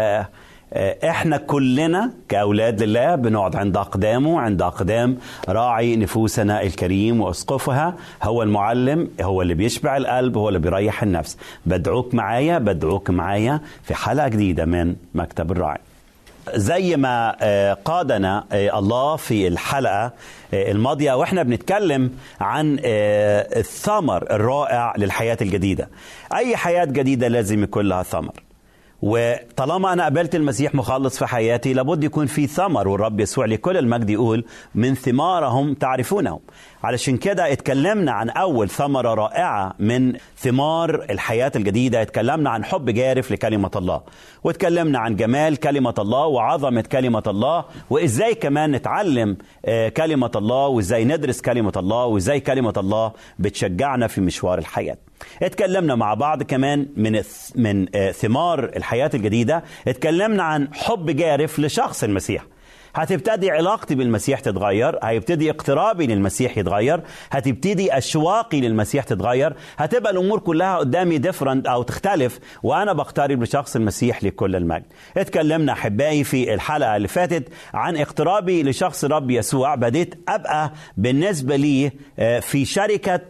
احنا كلنا كأولاد لله بنقعد عند أقدامه، عند أقدام راعي نفوسنا الكريم وأسقفها. هو المعلم، هو اللي بيشبع القلب، هو اللي بيريح النفس. بدعوك معايا بدعوك معايا في حلقة جديدة من مكتب الراعي. زي ما قادنا الله في الحلقة الماضية وإحنا بنتكلم عن الثمر الرائع للحياة الجديدة. أي حياة جديدة لازم يكون لها ثمر، وطالما أنا قبلت المسيح مخلص في حياتي لابد يكون في ثمر. والرب يسوع لكل المجد يقول من ثمارهم تعرفونهم. علشان كده اتكلمنا عن أول ثمرة رائعة من ثمار الحياة الجديدة. اتكلمنا عن حب جارف لكلمة الله، واتكلمنا عن جمال كلمة الله وعظمة كلمة الله، وإزاي كمان نتعلم كلمة الله، وإزاي ندرس كلمة الله، وإزاي كلمة الله بتشجعنا في مشوار الحياة. اتكلمنا مع بعض كمان من من ثمار الحياة الجديدة. اتكلمنا عن حب جارف لشخص المسيح. هتبتدي علاقتي بالمسيح تتغير، هيبتدي اقترابي للمسيح يتغير، هتبتدي أشواقي للمسيح تتغير، هتبقى الأمور كلها قدامي ديفرنت أو تختلف وأنا بقترب لشخص المسيح لكل المجد. اتكلمنا أحبائي في الحلقة اللي فاتت عن اقترابي لشخص رب يسوع. بديت أبقى بالنسبة لي في شركة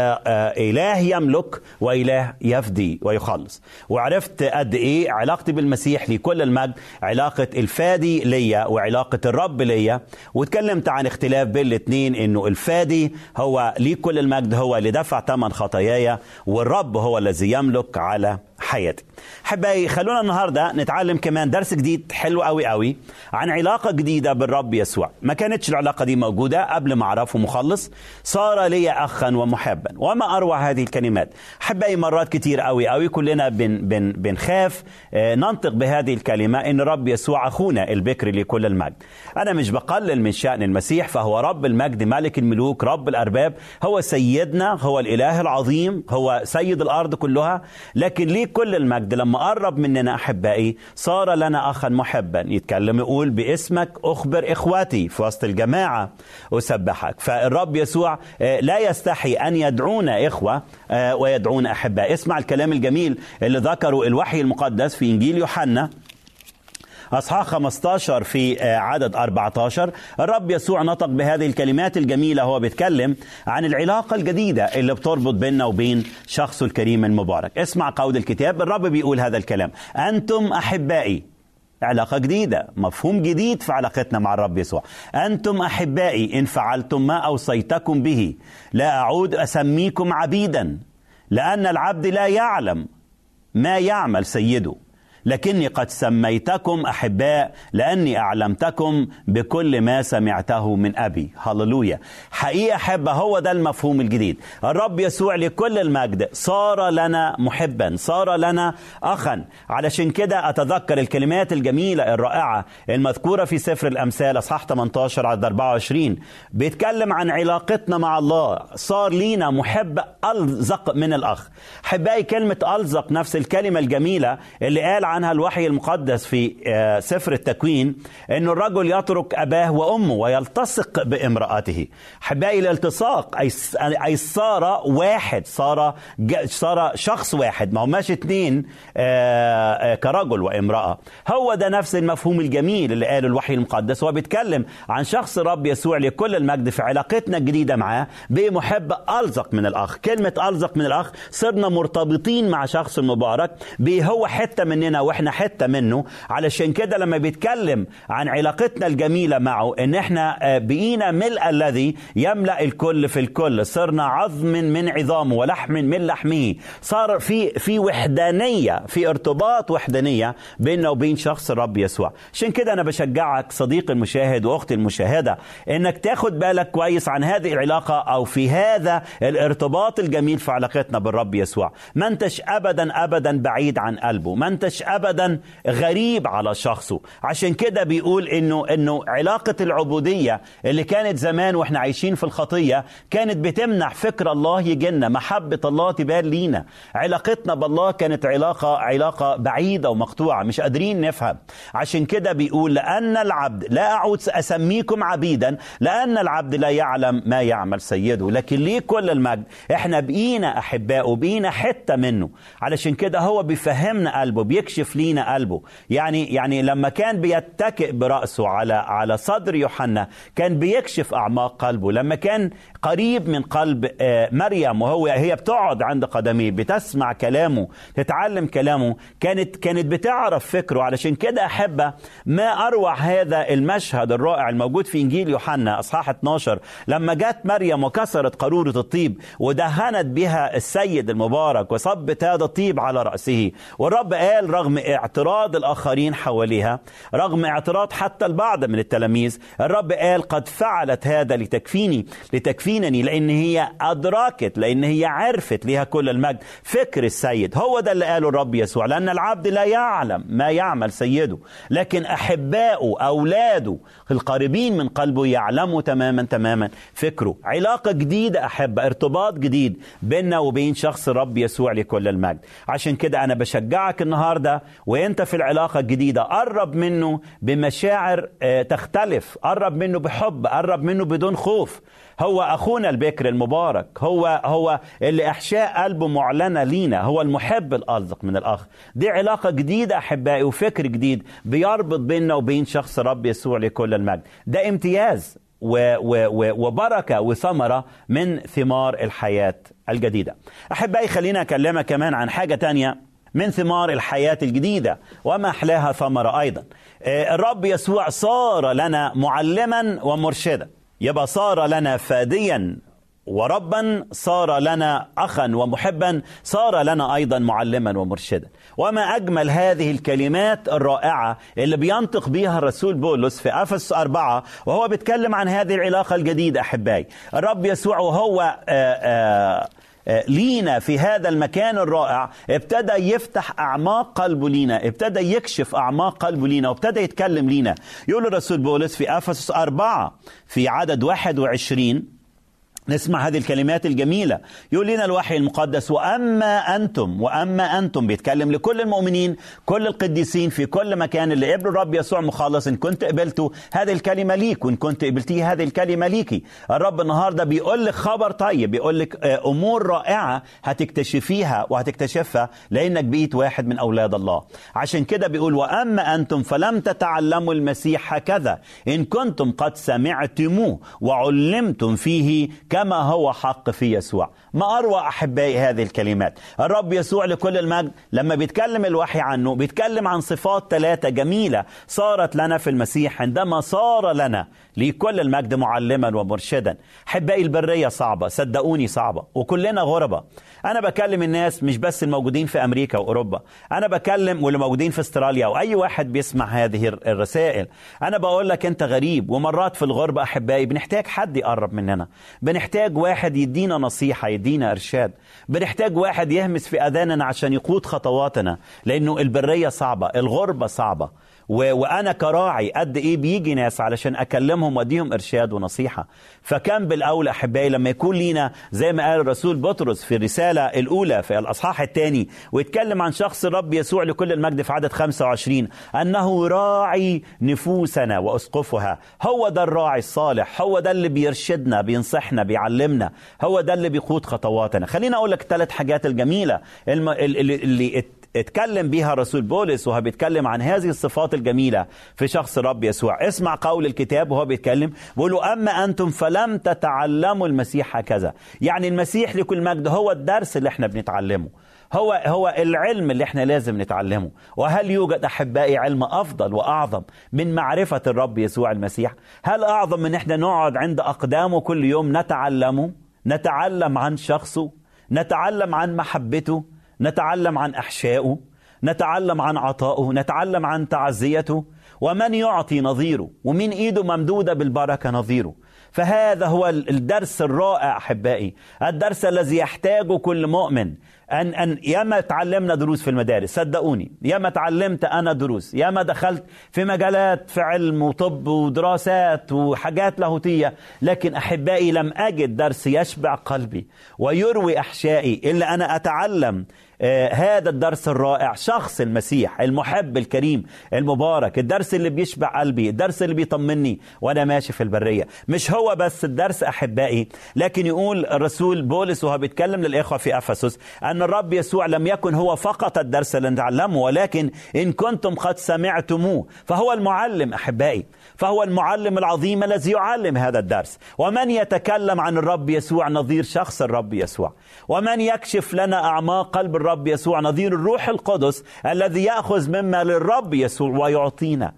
إله يملك وإله يفدي ويخلص، وعرفت قد إيه علاقتي بالمسيح لكل المجد علاقة الفادي ليا وعلاقة الرب ليا. واتكلمت عن اختلاف بين الاثنين، انه الفادي هو ليه كل المجد، هو اللي دفع ثمن خطاياي، والرب هو الذي يملك على حياتي. حبايبي، خلونا النهارده نتعلم كمان درس جديد حلو قوي قوي عن علاقه جديده بالرب يسوع. ما كانتش العلاقه دي موجوده قبل ما اعرفه مخلص. صار لي اخا ومحبا. وما اروع هذه الكلمات. حبايبي، مرات كتير قوي قوي كلنا بن بن بنخاف ننطق بهذه الكلمه، ان الرب يسوع اخونا البكر لكل المجد. انا مش بقلل من شأن المسيح، فهو رب المجد، ملك الملوك، رب الارباب، هو سيدنا، هو الاله العظيم، هو سيد الارض كلها. لكن ليه كل المجد لما قرب مننا أحبائي صار لنا أخا محبا. يتكلم يقول باسمك أخبر إخواتي في وسط الجماعة أسبحك. فالرب يسوع لا يستحي أن يدعونا إخوة ويدعونا أحباء. اسمع الكلام الجميل اللي ذكره الوحي المقدس في إنجيل يوحنا أصحاح خمسة عشر في عدد أربعة عشر. الرب يسوع نطق بهذه الكلمات الجميلة. هو بيتكلم عن العلاقة الجديدة اللي بتربط بيننا وبين شخصه الكريم المبارك. اسمع قول الكتاب. الرب بيقول هذا الكلام: أنتم أحبائي. علاقة جديدة، مفهوم جديد في علاقتنا مع الرب يسوع. أنتم أحبائي إن فعلتم ما أوصيتكم به، لا أعود أسميكم عبيدا، لأن العبد لا يعلم ما يعمل سيده، لكني قد سميتكم أحباء لأني أعلمتكم بكل ما سمعته من أبي. هللويا. حقيقة أحبة، هو ده المفهوم الجديد. الرب يسوع لكل المجد صار لنا محبا، صار لنا أخا. علشان كده أتذكر الكلمات الجميلة الرائعة المذكورة في سفر الأمثال أصحاح ثمانية عشر عدد أربعة وعشرين. بيتكلم عن علاقتنا مع الله. صار لينا محب ألزق من الأخ. حباي، كلمة ألزق نفس الكلمة الجميلة اللي قال عنها الوحي المقدس في سفر التكوين، أن الرجل يترك أباه وأمه ويلتصق بامرأته. حبائي، الالتصاق أي صار واحد، صار صار شخص واحد، ما هماش اتنين كرجل وامرأة. هو ده نفس المفهوم الجميل اللي قاله الوحي المقدس. هو بيتكلم عن شخص الرب يسوع لكل المجد في علاقتنا الجديدة معاه بمحب ألزق من الأخ. كلمة ألزق من الأخ، صرنا مرتبطين مع شخص المبارك، هو حتة مننا واحنا حتة منه. علشان كده لما بيتكلم عن علاقتنا الجميلة معه، ان احنا بقينا ملء الذي يملأ الكل في الكل، صرنا عظم من عظامه ولحم من لحمه. صار في في وحدانية، في ارتباط وحدانية بيننا وبين شخص الرب يسوع. عشان كده انا بشجعك صديقي المشاهد واختي المشاهدة انك تاخد بالك كويس عن هذه العلاقة، او في هذا الارتباط الجميل في علاقتنا بالرب يسوع. ما انتش ابدا ابدا بعيد عن قلبه، ما انتش أبدا غريب على شخصه. عشان كده بيقول إنه إنه علاقة العبودية اللي كانت زمان وإحنا عايشين في الخطية كانت بتمنع فكر الله يجينا، محبة الله تبان لينا. علاقتنا بالله كانت علاقة علاقة بعيدة ومقطوعة، مش قادرين نفهم. عشان كده بيقول لأن العبد، لا أعود أسميكم عبيدا، لأن العبد لا يعلم ما يعمل سيده، لكن ليه كل المجد. إحنا بقينا أحباء، بقينا حتة منه. علشان كده هو بيفهمنا قلبه، بيكشف لينا قلبه. يعني يعني لما كان بيتكئ برأسه على على صدر يوحنا كان بيكشف أعماق قلبه. لما كان قريب من قلب مريم وهو هي بتقعد عند قدميه بتسمع كلامه، تتعلم كلامه، كانت كانت بتعرف فكره. علشان كده أحبة، ما أروع هذا المشهد الرائع الموجود في إنجيل يوحنا أصحاح اثناشر، لما جت مريم وكسرت قارورة الطيب ودهنت بها السيد المبارك وصبت هذا الطيب على رأسه. والرب قال رغم اعتراض الآخرين حواليها، رغم اعتراض حتى البعض من التلاميذ، الرب قال قد فعلت هذا لتكفيني لتكفينني لأن هي أدركت، لأن هي عرفت، لها كل المجد، فكر السيد. هو ده اللي قاله الرب يسوع، لأن العبد لا يعلم ما يعمل سيده، لكن أحباؤه أولاده القريبين من قلبه يعلموا تماما تماما فكره. علاقة جديدة أحبة، ارتباط جديد بيننا وبين شخص الرب يسوع لكل المجد. عشان كده أنا بشجعك النهاردة وإنت في العلاقة الجديدة، قرب منه بمشاعر تختلف، قرب منه بحب، قرب منه بدون خوف. هو أخونا البكر المبارك، هو هو اللي أحشاء قلبه معلنة لينا، هو المحب الألصق من الأخ. دي علاقة جديدة أحبائي وفكر جديد بيربط بيننا وبين شخص الرب يسوع لكل المجد. ده امتياز و و وبركة وثمرة من ثمار الحياة الجديدة. أحبائي خلينا أكلمك كمان عن حاجة تانية من ثمار الحياة الجديدة وما أحلاها ثمرة أيضا. الرب يسوع صار لنا معلما ومرشدا، يبقى صار لنا فاديا وربا، صار لنا أخا ومحبا، صار لنا أيضا معلما ومرشدا. وما أجمل هذه الكلمات الرائعة اللي بينطق بها الرسول بولس في أفسس أربعة وهو بيتكلم عن هذه العلاقة الجديدة. أحبائي الرب يسوع وهو آآ آآ لينا في هذا المكان الرائع ابتدى يفتح أعماق قلبه لينا، ابتدى يكشف أعماق قلبه لينا، وابتدى يتكلم لينا. يقول الرسول بولس في أفسس أربعة في عدد واحد وعشرين، نسمع هذه الكلمات الجميلة. يقول لنا الوحي المقدس وأما أنتم، وأما أنتم بيتكلم لكل المؤمنين، كل القديسين في كل مكان اللي قبلوا الرب يسوع مخلص. إن كنت قبلتوا هذه الكلمة ليك، وإن كنت قبلتيه هذه الكلمة ليكي. الرب النهاردة بيقول لك خبر طيب، بيقول لك أمور رائعة هتكتشفيها وهتكتشفها لأنك بقيت واحد من أولاد الله. عشان كده بيقول وأما أنتم فلم تتعلموا المسيح هكذا إن كنتم قد سمعتموه وعلمتم فيه كما هو حق في يسوع. ما أروع أحبائي هذه الكلمات. الرب يسوع لكل المجد لما بيتكلم الوحي عنه بيتكلم عن صفات ثلاثة جميلة صارت لنا في المسيح عندما صار لنا لكل المجد معلما ومرشدا. أحبائي البرية صعبة، صدقوني صعبة، وكلنا غربة. أنا بكلم الناس مش بس الموجودين في أمريكا وأوروبا، أنا بكلم واللي موجودين في استراليا وأي واحد بيسمع هذه الرسائل. أنا بقول لك أنت غريب، ومرات في الغربة أحبائي بنحتاج حد يقرب مننا، بنحتاج واحد يدينا نصيحة، يدينا إرشاد، بنحتاج واحد يهمس في أذاننا عشان يقود خطواتنا، لأنه البرية صعبة، الغربة صعبة. وأنا كراعي قد إيه بيجي ناس علشان أكلمهم وأديهم إرشاد ونصيحة. فكان بالأولى أحبائي لما يكون لينا زي ما قال الرسول بطرس في الرسالة الأولى في الأصحاح الثاني ويتكلم عن شخص الرب يسوع لكل المجد في عدد خمسة وعشرين أنه راعي نفوسنا وأسقفها. هو ده الراعي الصالح، هو ده اللي بيرشدنا، بينصحنا، بيعلمنا، هو ده اللي بيقود خطواتنا. خلينا أقول لك ثلاث حاجات الجميلة اللي, اللي اتكلم بيها الرسول بولس وهو بيتكلم عن هذه الصفات الجميلة في شخص الرب يسوع. اسمع قول الكتاب وهو بيتكلم، بيقولوا أما أنتم فلم تتعلموا المسيح هكذا. يعني المسيح لكل مجد هو الدرس اللي احنا بنتعلمه، هو هو العلم اللي احنا لازم نتعلمه. وهل يوجد أحبائي علم أفضل وأعظم من معرفة الرب يسوع المسيح؟ هل أعظم من احنا نقعد عند أقدامه كل يوم نتعلمه، نتعلم عن شخصه، نتعلم عن محبته، نتعلم عن أحشائه، نتعلم عن عطائه، نتعلم عن تعزيته؟ ومن يعطي نظيره، ومن إيده ممدودة بالبركة نظيره. فهذا هو الدرس الرائع أحبائي، الدرس الذي يحتاجه كل مؤمن. أن أن ياما تعلمنا دروس في المدارس، صدقوني ياما تعلمت أنا دروس، ياما دخلت في مجالات في علم وطب ودراسات وحاجات لاهوتية، لكن أحبائي لم أجد درس يشبع قلبي ويروي أحشائي إلا أنا أتعلم آه هذا الدرس الرائع، شخص المسيح المحب الكريم المبارك، الدرس اللي بيشبع قلبي، الدرس اللي بيطمني وأنا ماشي في البرية. مش هو بس الدرس أحبائي، لكن يقول الرسول بولس وهو بيتكلم للإخوة في أفسس أن الرب يسوع لم يكن هو فقط الدرس اللي نتعلمه، ولكن إن كنتم قد سمعتموه فهو المعلم أحبائي، فهو المعلم العظيم الذي يعلم هذا الدرس. ومن يتكلم عن الرب يسوع نظير شخص الرب يسوع، ومن يكشف لنا أعماق قلب الرب يسوع نظير الروح القدس الذي يأخذ مما للرب يسوع ويعطينا.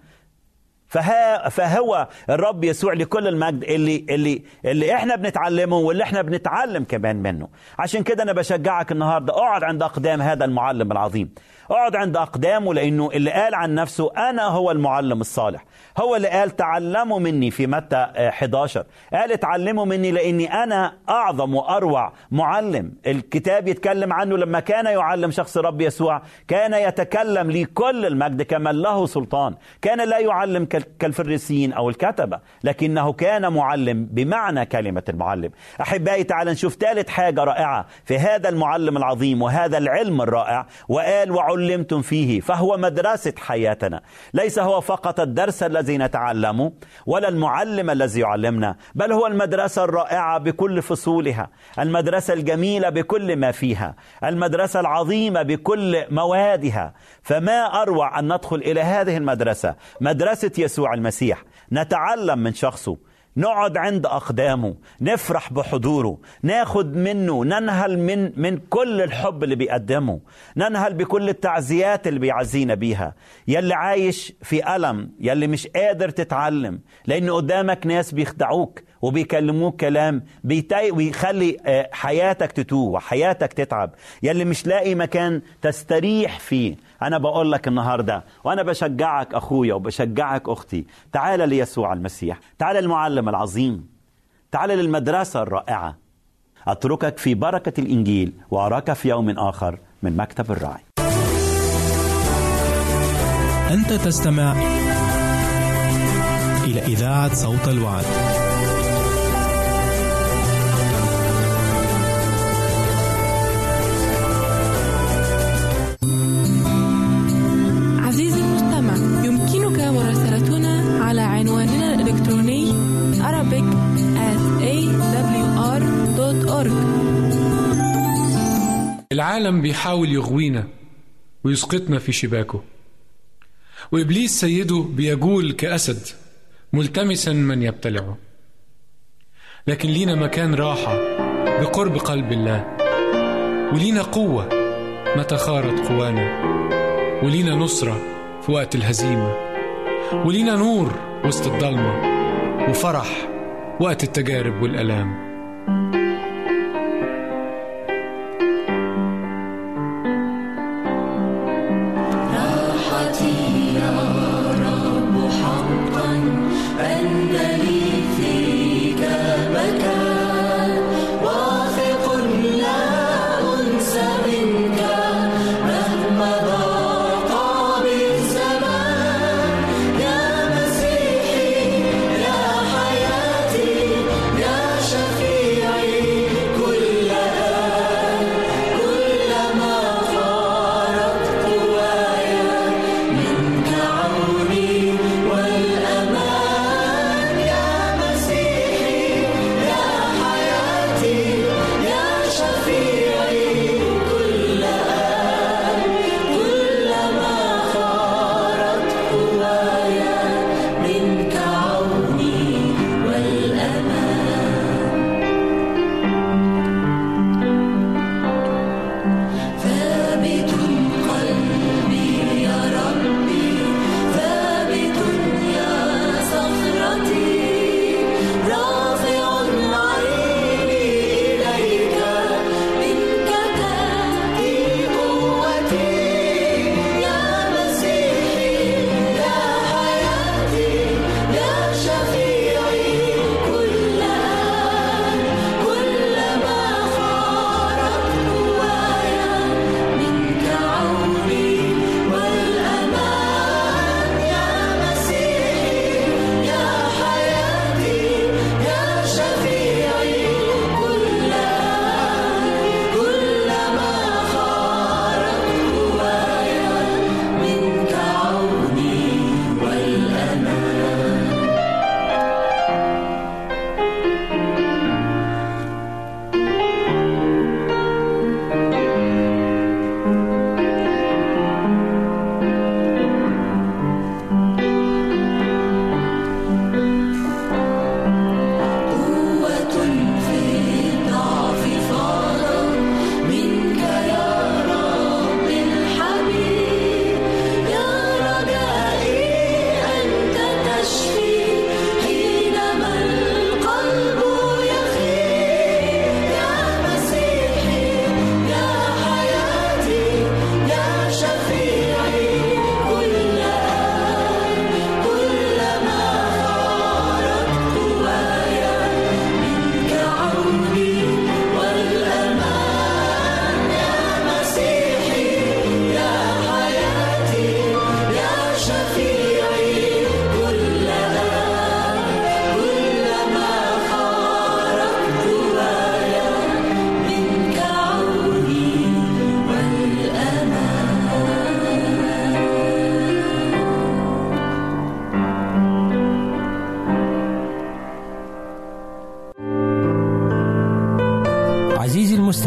فها فهو الرب يسوع لكل المجد اللي اللي اللي احنا بنتعلمه واللي احنا بنتعلم كمان منه. عشان كده انا بشجعك النهارده، اقعد عند اقدام هذا المعلم العظيم، اقعد عند اقدامه، لانه اللي قال عن نفسه انا هو المعلم الصالح، هو اللي قال تعلموا مني في متى إحدى عشر، قال اتعلموا مني لاني انا اعظم واروع معلم. الكتاب يتكلم عنه لما كان يعلم شخص الرب يسوع كان يتكلم لكل المجد كما له سلطان، كان لا يعلم كالفريسيين او الكتبة، لكنه كان معلم بمعنى كلمة المعلم. احبائي تعالى نشوف ثالث حاجة رائعة في هذا المعلم العظيم وهذا العلم الرائع، وقال وعلمتم فيه، فهو مدرسة حياتنا. ليس هو فقط الدرس الذي نتعلمه ولا المعلم الذي يعلمنا، بل هو المدرسة الرائعة بكل فصولها، المدرسة الجميلة بكل ما فيها، المدرسة العظيمة بكل موادها. فما أروع أن ندخل إلى هذه المدرسة، مدرسة يسوع المسيح، نتعلم من شخصه، نقعد عند أقدامه، نفرح بحضوره، ناخد منه، ننهل من من كل الحب اللي بيقدمه، ننهل بكل التعزيات اللي بيعزينا بيها. يلي عايش في ألم، يلي مش قادر تتعلم لأن قدامك ناس بيخدعوك وبيكلموك كلام بيخلي حياتك تتوه وحياتك تتعب، يلي مش لاقي مكان تستريح فيه، أنا بقول لك النهاردة وأنا بشجعك أخويا وبشجعك أختي، تعال ليسوع المسيح، تعال المعلم العظيم، تعال للمدرسة الرائعة. أتركك في بركة الإنجيل وأراك في يوم آخر من مكتب الراعي. أنت تستمع إلى إذاعة صوت الوعد. عزيزي المستمع، يمكنك مراسلتنا على عنواننا الإلكتروني arabic at a w r dot org. العالم بيحاول يغوينا ويسقطنا في شباكه، وإبليس سيده بيجول كأسد ملتمسا من يبتلعه، لكن لينا مكان راحة بقرب قلب الله، ولينا قوة متى خارت قوانا، ولينا نصرة في وقت الهزيمة، ولينا نور وسط الضلمة، وفرح وقت التجارب والألام. شفيع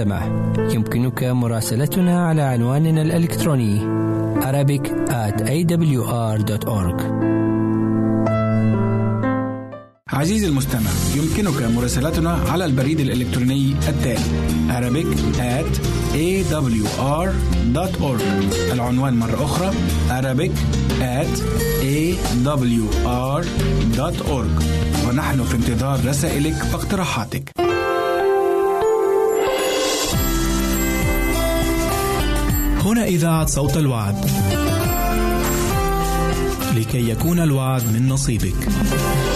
المستمع، يمكنك مراسلتنا على عنواننا الإلكتروني arabic at a w r dot org. عزيزي المستمع، يمكنك مراسلتنا على البريد الإلكتروني التالي arabic at a w r dot org. العنوان مرة أخرى arabic at a w r dot org. ونحن في انتظار رسائلك واقتراحاتك. هنا إذاعة صوت الوعد، لكي يكون الوعد من نصيبك.